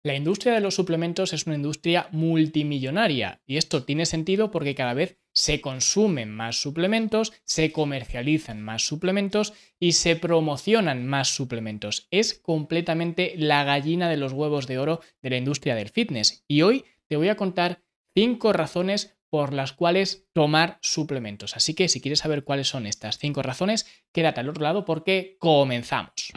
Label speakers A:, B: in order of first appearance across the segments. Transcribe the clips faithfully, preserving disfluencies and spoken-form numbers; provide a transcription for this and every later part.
A: La industria de los suplementos es una industria multimillonaria y esto tiene sentido porque cada vez se consumen más suplementos, se comercializan más suplementos y se promocionan más suplementos. Es completamente la gallina de los huevos de oro de la industria del fitness y hoy te voy a contar cinco razones por las cuales tomar suplementos. Así que si quieres saber cuáles son estas cinco razones, quédate al otro lado porque comenzamos.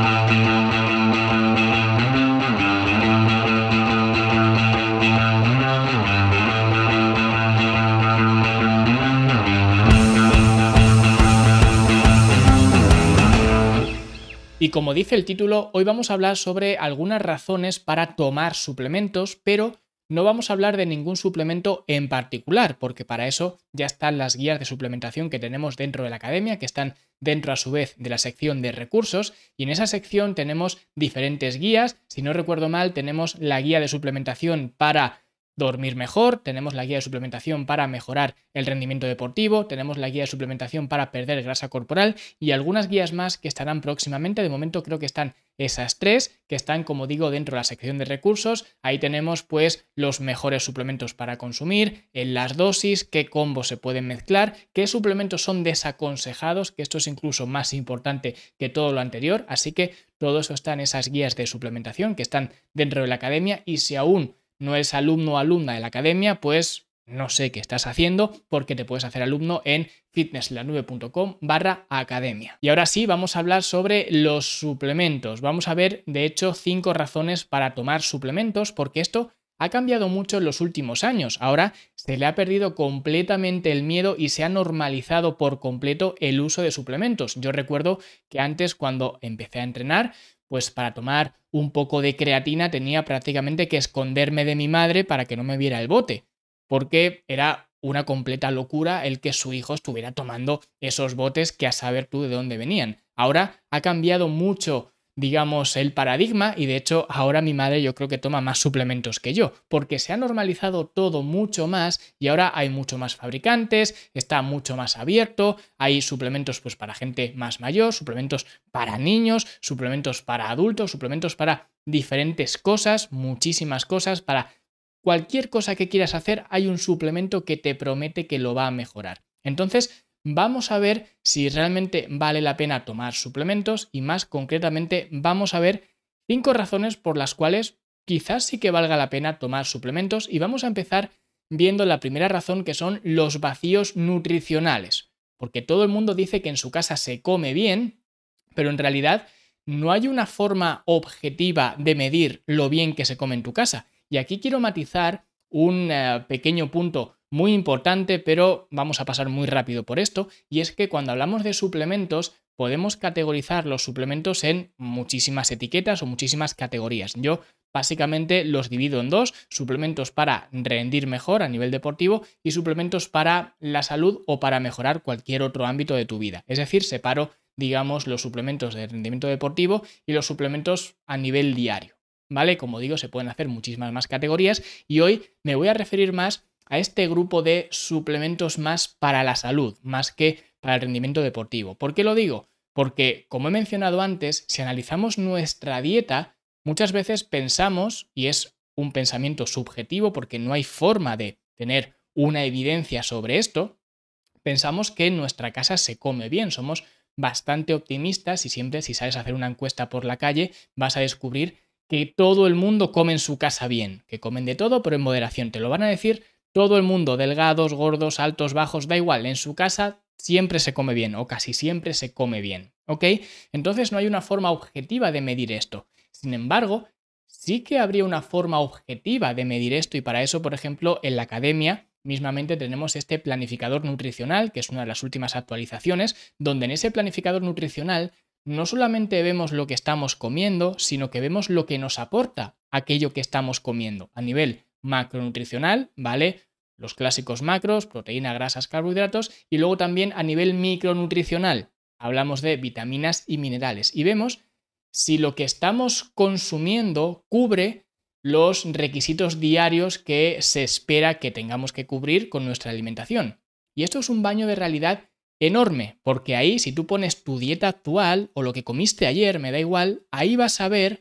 A: Y como dice el título, hoy vamos a hablar sobre algunas razones para tomar suplementos, pero no vamos a hablar de ningún suplemento en particular, porque para eso ya están las guías de suplementación que tenemos dentro de la academia, que están dentro a su vez de la sección de recursos, y en esa sección tenemos diferentes guías. Si no recuerdo mal, tenemos la guía de suplementación para dormir mejor, tenemos la guía de suplementación para mejorar el rendimiento deportivo, tenemos la guía de suplementación para perder grasa corporal y algunas guías más que estarán próximamente. De momento creo que están esas tres que están, como digo, dentro de la sección de recursos. Ahí tenemos pues los mejores suplementos para consumir, en las dosis, qué combos se pueden mezclar, qué suplementos son desaconsejados, que esto es incluso más importante que todo lo anterior. Así que todo eso está en esas guías de suplementación que están dentro de la academia y si aún no eres alumno o alumna de la academia, pues no sé qué estás haciendo porque te puedes hacer alumno en fitnesslanube.com barra academia. Y ahora sí, vamos a hablar sobre los suplementos. Vamos a ver, de hecho, cinco razones para tomar suplementos porque esto ha cambiado mucho en los últimos años. Ahora se le ha perdido completamente el miedo y se ha normalizado por completo el uso de suplementos. Yo recuerdo que antes, cuando empecé a entrenar, pues para tomar un poco de creatina tenía prácticamente que esconderme de mi madre para que no me viera el bote, porque era una completa locura el que su hijo estuviera tomando esos botes que a saber tú de dónde venían. Ahora ha cambiado mucho, digamos, el paradigma y de hecho ahora mi madre yo creo que toma más suplementos que yo, porque se ha normalizado todo mucho más y ahora hay mucho más fabricantes, está mucho más abierto, hay suplementos pues para gente más mayor, suplementos para niños, suplementos para adultos, suplementos para diferentes cosas, muchísimas cosas, para cualquier cosa que quieras hacer hay un suplemento que te promete que lo va a mejorar. Entonces, vamos a ver si realmente vale la pena tomar suplementos y más concretamente vamos a ver cinco razones por las cuales quizás sí que valga la pena tomar suplementos y vamos a empezar viendo la primera razón que son los vacíos nutricionales. Porque todo el mundo dice que en su casa se come bien, pero en realidad no hay una forma objetiva de medir lo bien que se come en tu casa. Y aquí quiero matizar un uh, pequeño punto muy importante, pero vamos a pasar muy rápido por esto, y es que cuando hablamos de suplementos podemos categorizar los suplementos en muchísimas etiquetas o muchísimas categorías. Yo básicamente los divido en dos, suplementos para rendir mejor a nivel deportivo y suplementos para la salud o para mejorar cualquier otro ámbito de tu vida. Es decir, separo, digamos, los suplementos de rendimiento deportivo y los suplementos a nivel diario. ¿Vale? Como digo, se pueden hacer muchísimas más categorías y hoy me voy a referir más a este grupo de suplementos más para la salud, más que para el rendimiento deportivo. ¿Por qué lo digo? Porque, como he mencionado antes, si analizamos nuestra dieta, muchas veces pensamos, y es un pensamiento subjetivo porque no hay forma de tener una evidencia sobre esto, pensamos que en nuestra casa se come bien, somos bastante optimistas y siempre si sales a hacer una encuesta por la calle vas a descubrir que todo el mundo come en su casa bien, que comen de todo pero en moderación, te lo van a decir todo el mundo, delgados, gordos, altos, bajos, da igual, en su casa siempre se come bien o casi siempre se come bien, ¿ok? Entonces no hay una forma objetiva de medir esto. Sin embargo, sí que habría una forma objetiva de medir esto y para eso, por ejemplo, en la academia mismamente tenemos este planificador nutricional, que es una de las últimas actualizaciones, donde en ese planificador nutricional no solamente vemos lo que estamos comiendo, sino que vemos lo que nos aporta aquello que estamos comiendo a nivel macronutricional, ¿vale? Los clásicos macros, proteína, grasas, carbohidratos, y luego también a nivel micronutricional, hablamos de vitaminas y minerales, y vemos si lo que estamos consumiendo cubre los requisitos diarios que se espera que tengamos que cubrir con nuestra alimentación. Y esto es un baño de realidad enorme, porque ahí si tú pones tu dieta actual o lo que comiste ayer, me da igual, ahí vas a ver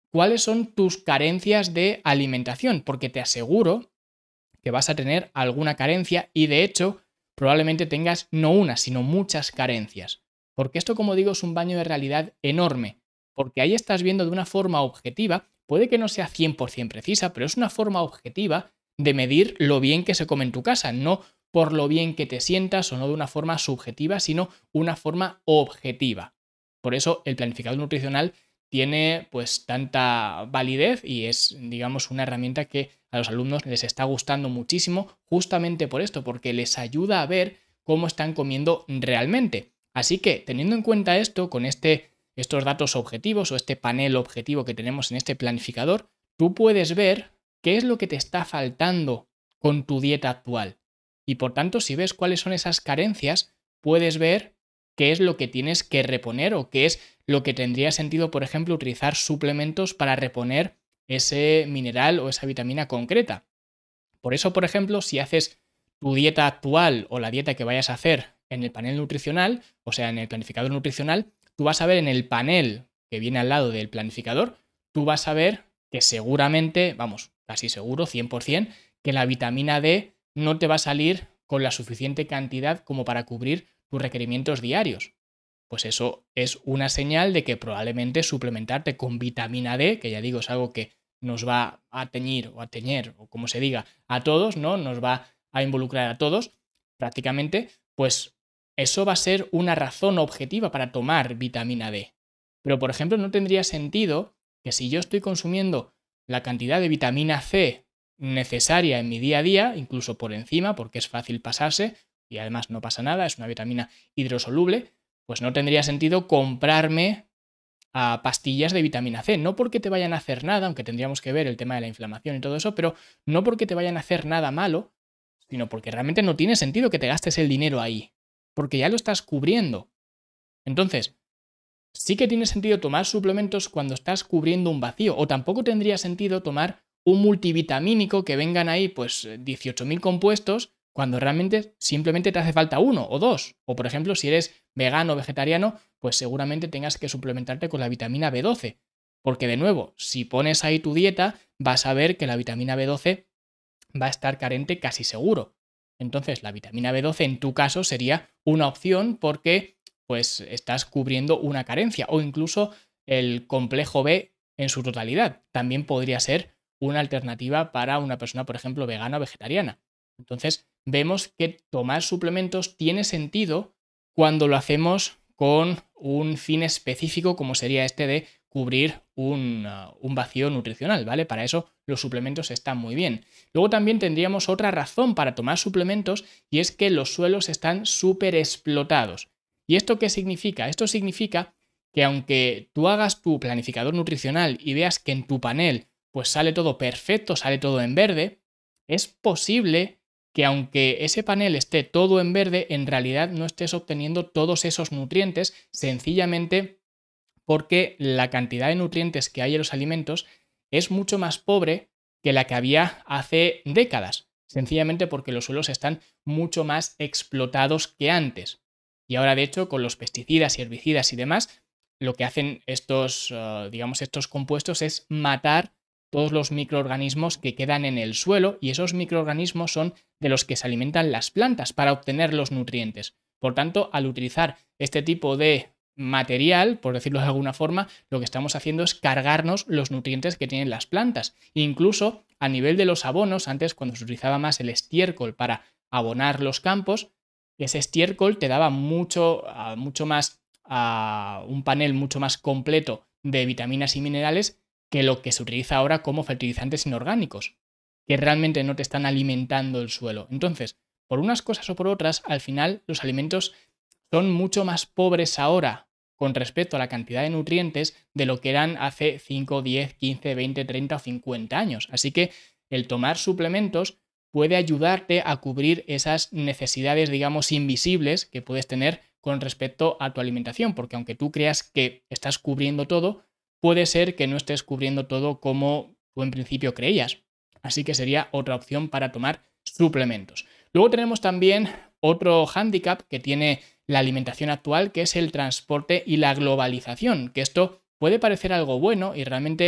A: cuáles son tus carencias de alimentación, porque te aseguro que vas a tener alguna carencia y de hecho probablemente tengas no una, sino muchas carencias. Porque esto, como digo, es un baño de realidad enorme, porque ahí estás viendo de una forma objetiva, puede que no sea cien por ciento precisa, pero es una forma objetiva de medir lo bien que se come en tu casa, no por lo bien que te sientas o no de una forma subjetiva, sino una forma objetiva. Por eso el planificador nutricional tiene pues tanta validez y es, digamos, una herramienta que a los alumnos les está gustando muchísimo justamente por esto, porque les ayuda a ver cómo están comiendo realmente. Así que, teniendo en cuenta esto, con este, estos datos objetivos o este panel objetivo que tenemos en este planificador, tú puedes ver qué es lo que te está faltando con tu dieta actual. Y por tanto, si ves cuáles son esas carencias, puedes ver qué es lo que tienes que reponer o qué es lo que tendría sentido, por ejemplo, utilizar suplementos para reponer ese mineral o esa vitamina concreta. Por eso, por ejemplo, si haces tu dieta actual o la dieta que vayas a hacer en el panel nutricional, o sea, en el planificador nutricional, tú vas a ver en el panel que viene al lado del planificador, tú vas a ver que seguramente, vamos, casi seguro, cien por ciento, que la vitamina D no te va a salir con la suficiente cantidad como para cubrir tus requerimientos diarios. Pues eso es una señal de que probablemente suplementarte con vitamina D, que ya digo es algo que nos va a teñir o a teñer, o como se diga, a todos, ¿no? Nos va a involucrar a todos prácticamente, pues eso va a ser una razón objetiva para tomar vitamina D. Pero, por ejemplo, no tendría sentido que si yo estoy consumiendo la cantidad de vitamina C necesaria en mi día a día, incluso por encima, porque es fácil pasarse y además no pasa nada, es una vitamina hidrosoluble, pues no tendría sentido comprarme a pastillas de vitamina C. No porque te vayan a hacer nada, aunque tendríamos que ver el tema de la inflamación y todo eso, pero no porque te vayan a hacer nada malo, sino porque realmente no tiene sentido que te gastes el dinero ahí, porque ya lo estás cubriendo. Entonces, sí que tiene sentido tomar suplementos cuando estás cubriendo un vacío, o tampoco tendría sentido tomar un multivitamínico que vengan ahí pues dieciocho mil compuestos cuando realmente simplemente te hace falta uno o dos. O por ejemplo, si eres vegano o vegetariano, pues seguramente tengas que suplementarte con la vitamina B doce. Porque de nuevo, si pones ahí tu dieta, vas a ver que la vitamina B doce va a estar carente casi seguro. Entonces, la vitamina B doce en tu caso sería una opción porque pues estás cubriendo una carencia o incluso el complejo B en su totalidad. También podría ser una alternativa para una persona, por ejemplo, vegana o vegetariana. Entonces, vemos que tomar suplementos tiene sentido cuando lo hacemos con un fin específico como sería este de cubrir un, uh, un vacío nutricional, ¿vale? Para eso los suplementos están muy bien. Luego también tendríamos otra razón para tomar suplementos y es que los suelos están súper explotados. ¿Y esto qué significa? Esto significa que aunque tú hagas tu planificador nutricional y veas que en tu panel pues sale todo perfecto, sale todo en verde, es posible que aunque ese panel esté todo en verde, en realidad no estés obteniendo todos esos nutrientes sencillamente porque la cantidad de nutrientes que hay en los alimentos es mucho más pobre que la que había hace décadas, sencillamente porque los suelos están mucho más explotados que antes. Y ahora, de hecho, con los pesticidas y herbicidas y demás, lo que hacen estos, uh, digamos, estos compuestos es matar todos los microorganismos que quedan en el suelo y esos microorganismos son de los que se alimentan las plantas para obtener los nutrientes. Por tanto, al utilizar este tipo de material, por decirlo de alguna forma, lo que estamos haciendo es cargarnos los nutrientes que tienen las plantas. Incluso a nivel de los abonos, antes cuando se utilizaba más el estiércol para abonar los campos, ese estiércol te daba mucho, uh, mucho más, uh, un panel mucho más completo de vitaminas y minerales que lo que se utiliza ahora como fertilizantes inorgánicos, que realmente no te están alimentando el suelo. Entonces, por unas cosas o por otras, al final los alimentos son mucho más pobres ahora con respecto a la cantidad de nutrientes de lo que eran hace cinco, diez, quince, veinte, treinta o cincuenta años. Así que el tomar suplementos puede ayudarte a cubrir esas necesidades, digamos, invisibles que puedes tener con respecto a tu alimentación, porque aunque tú creas que estás cubriendo todo, puede ser que no estés cubriendo todo como tú en principio creías. Así que sería otra opción para tomar suplementos. Luego tenemos también otro hándicap que tiene la alimentación actual, que es el transporte y la globalización, que esto puede parecer algo bueno y realmente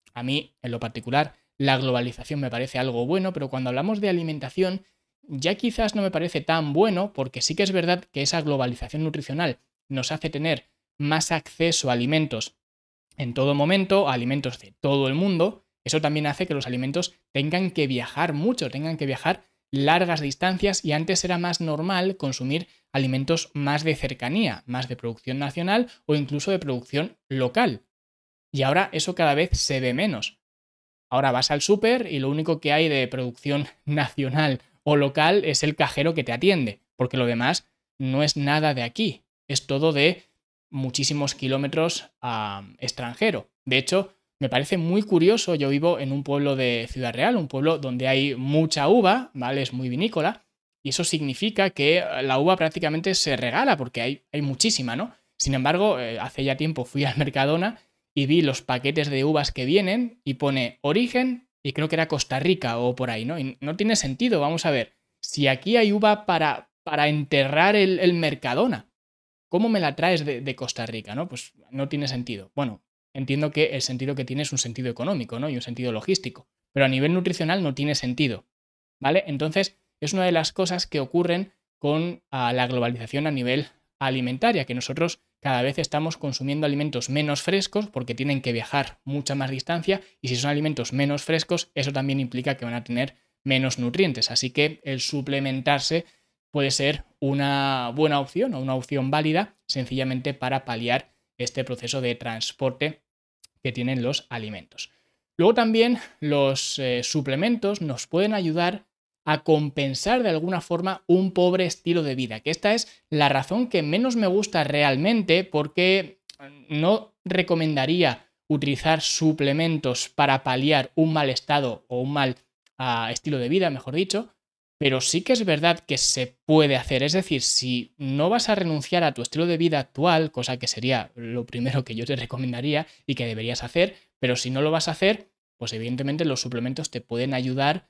A: A mí, en lo particular, la globalización me parece algo bueno, pero cuando hablamos de alimentación, ya quizás no me parece tan bueno, porque sí que es verdad que esa globalización nutricional nos hace tener más acceso a alimentos en todo momento, a alimentos de todo el mundo. Eso también hace que los alimentos tengan que viajar mucho, tengan que viajar largas distancias, y antes era más normal consumir alimentos más de cercanía, más de producción nacional o incluso de producción local. Y ahora eso cada vez se ve menos. Ahora vas al súper y lo único que hay de producción nacional o local es el cajero que te atiende, porque lo demás no es nada de aquí, es todo de muchísimos kilómetros a extranjero. De hecho, me parece muy curioso, yo vivo en un pueblo de Ciudad Real, un pueblo donde hay mucha uva, ¿vale? Es muy vinícola, y eso significa que la uva prácticamente se regala porque hay, hay muchísima, ¿no? Sin embargo, eh, hace ya tiempo fui al Mercadona y vi los paquetes de uvas que vienen y pone origen y creo que era Costa Rica o por ahí, ¿no? Y no tiene sentido, vamos a ver. Si aquí hay uva para, para enterrar el, el Mercadona, ¿cómo me la traes de, de Costa Rica, no? Pues no tiene sentido. Bueno, entiendo que el sentido que tiene es un sentido económico, ¿no? Y un sentido logístico, pero a nivel nutricional no tiene sentido, ¿vale? Entonces, es una de las cosas que ocurren con a, la globalización a nivel alimentaria, que nosotros cada vez estamos consumiendo alimentos menos frescos porque tienen que viajar mucha más distancia, y si son alimentos menos frescos, eso también implica que van a tener menos nutrientes. Así que el suplementarse puede ser una buena opción o una opción válida sencillamente para paliar este proceso de transporte que tienen los alimentos. Luego también los eh, suplementos nos pueden ayudar a compensar de alguna forma un pobre estilo de vida, que esta es la razón que menos me gusta realmente, porque no recomendaría utilizar suplementos para paliar un mal estado o un mal uh, estilo de vida, mejor dicho, pero sí que es verdad que se puede hacer. Es decir, si no vas a renunciar a tu estilo de vida actual, cosa que sería lo primero que yo te recomendaría y que deberías hacer, pero si no lo vas a hacer, pues evidentemente los suplementos te pueden ayudar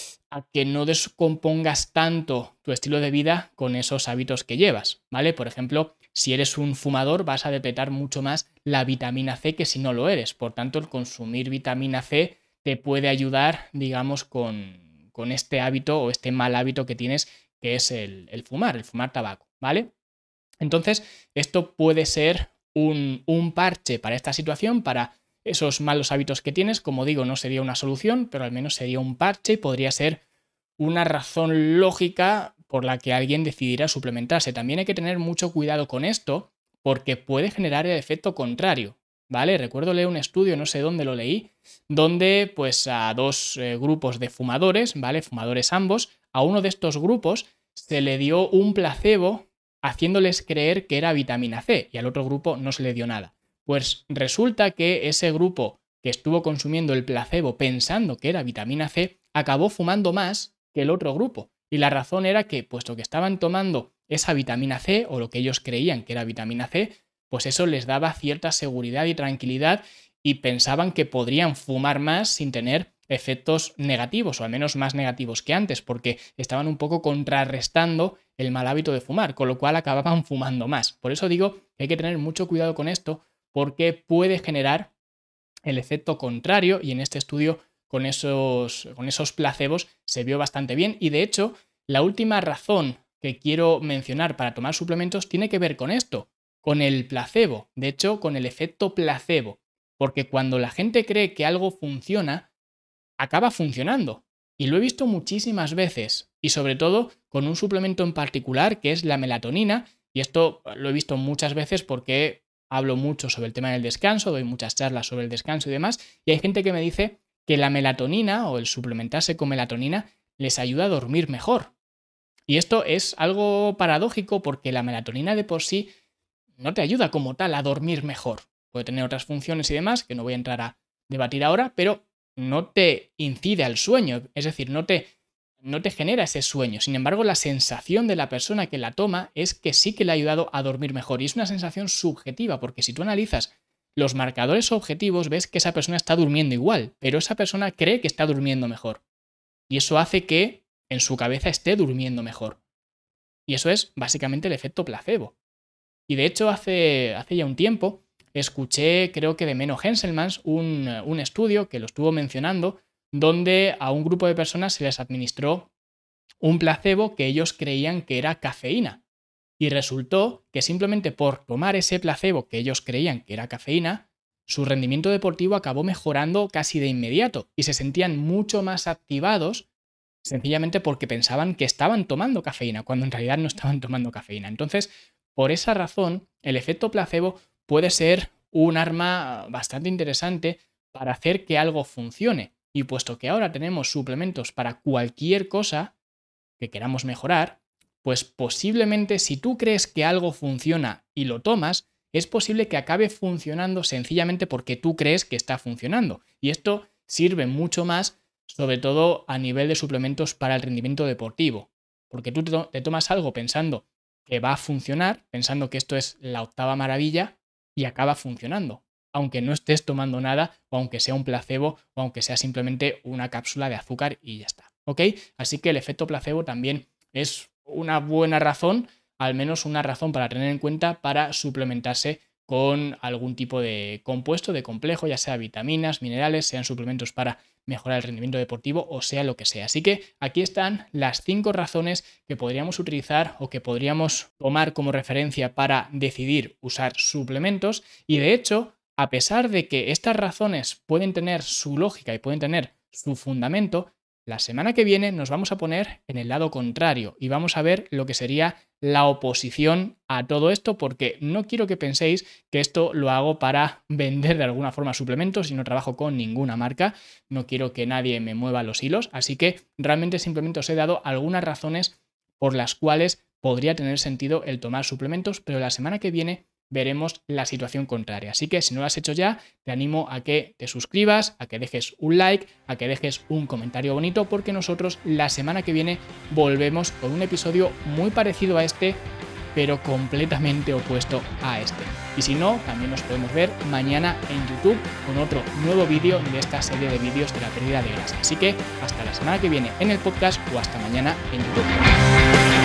A: a que no descompongas tanto tu estilo de vida con esos hábitos que llevas, ¿vale? Por ejemplo, si eres un fumador vas a depletar mucho más la vitamina C que si no lo eres. Por tanto, el consumir vitamina C te puede ayudar, digamos, con, con este hábito o este mal hábito que tienes, que es el, el fumar, el fumar tabaco, ¿vale? Entonces, esto puede ser un, un parche para esta situación, para esos malos hábitos que tienes. Como digo, no sería una solución, pero al menos sería un parche y podría ser una razón lógica por la que alguien decidiera suplementarse. También hay que tener mucho cuidado con esto porque puede generar el efecto contrario, ¿vale? Recuerdo leer un estudio, no sé dónde lo leí, donde pues a dos eh, grupos de fumadores, ¿vale? Fumadores ambos, a uno de estos grupos se le dio un placebo haciéndoles creer que era vitamina C y al otro grupo no se le dio nada. Pues resulta que ese grupo que estuvo consumiendo el placebo pensando que era vitamina C acabó fumando más que el otro grupo. Y la razón era que, puesto que estaban tomando esa vitamina C, o lo que ellos creían que era vitamina C, pues eso les daba cierta seguridad y tranquilidad y pensaban que podrían fumar más sin tener efectos negativos, o al menos más negativos que antes, porque estaban un poco contrarrestando el mal hábito de fumar, con lo cual acababan fumando más. Por eso digo que hay que tener mucho cuidado con esto, porque puede generar el efecto contrario, y en este estudio con esos, con esos placebos se vio bastante bien. Y de hecho, la última razón que quiero mencionar para tomar suplementos tiene que ver con esto, con el placebo, de hecho con el efecto placebo, porque cuando la gente cree que algo funciona, acaba funcionando. Y lo he visto muchísimas veces, y sobre todo con un suplemento en particular que es la melatonina, y esto lo he visto muchas veces porque hablo mucho sobre el tema del descanso, doy muchas charlas sobre el descanso y demás, y hay gente que me dice que la melatonina o el suplementarse con melatonina les ayuda a dormir mejor. Y esto es algo paradójico porque la melatonina de por sí no te ayuda como tal a dormir mejor. Puede tener otras funciones y demás que no voy a entrar a debatir ahora, pero no te incide al sueño, es decir, no te, no te genera ese sueño. Sin embargo, la sensación de la persona que la toma es que sí que le ha ayudado a dormir mejor. Y es una sensación subjetiva, porque si tú analizas los marcadores objetivos, ves que esa persona está durmiendo igual, pero esa persona cree que está durmiendo mejor. Y eso hace que en su cabeza esté durmiendo mejor. Y eso es básicamente el efecto placebo. Y de hecho, hace, hace ya un tiempo escuché, creo que de Menno Henselmans, un, un estudio que lo estuvo mencionando, donde a un grupo de personas se les administró un placebo que ellos creían que era cafeína. Y resultó que simplemente por tomar ese placebo que ellos creían que era cafeína, su rendimiento deportivo acabó mejorando casi de inmediato y se sentían mucho más activados sencillamente porque pensaban que estaban tomando cafeína, cuando en realidad no estaban tomando cafeína. Entonces, por esa razón, el efecto placebo puede ser un arma bastante interesante para hacer que algo funcione. Y puesto que ahora tenemos suplementos para cualquier cosa que queramos mejorar, pues posiblemente si tú crees que algo funciona y lo tomas, es posible que acabe funcionando sencillamente porque tú crees que está funcionando. Y esto sirve mucho más, sobre todo a nivel de suplementos para el rendimiento deportivo. Porque tú te tomas algo pensando que va a funcionar, pensando que esto es la octava maravilla y acaba funcionando. Aunque no estés tomando nada, o aunque sea un placebo, o aunque sea simplemente una cápsula de azúcar y ya está. ¿Ok? Así que el efecto placebo también es una buena razón, al menos una razón para tener en cuenta para suplementarse con algún tipo de compuesto, de complejo, ya sea vitaminas, minerales, sean suplementos para mejorar el rendimiento deportivo o sea lo que sea. Así que aquí están las cinco razones que podríamos utilizar o que podríamos tomar como referencia para decidir usar suplementos y de hecho, a pesar de que estas razones pueden tener su lógica y pueden tener su fundamento, la semana que viene nos vamos a poner en el lado contrario y vamos a ver lo que sería la oposición a todo esto, porque no quiero que penséis que esto lo hago para vender de alguna forma suplementos y no trabajo con ninguna marca, no quiero que nadie me mueva los hilos, así que realmente simplemente os he dado algunas razones por las cuales podría tener sentido el tomar suplementos, pero la semana que viene veremos la situación contraria. Así que si no lo has hecho ya, te animo a que te suscribas, a que dejes un like, a que dejes un comentario bonito, porque nosotros la semana que viene volvemos con un episodio muy parecido a este, pero completamente opuesto a este. Y si no, también nos podemos ver mañana en YouTube con otro nuevo vídeo de esta serie de vídeos de la pérdida de grasa. Así que hasta la semana que viene en el podcast o hasta mañana en YouTube.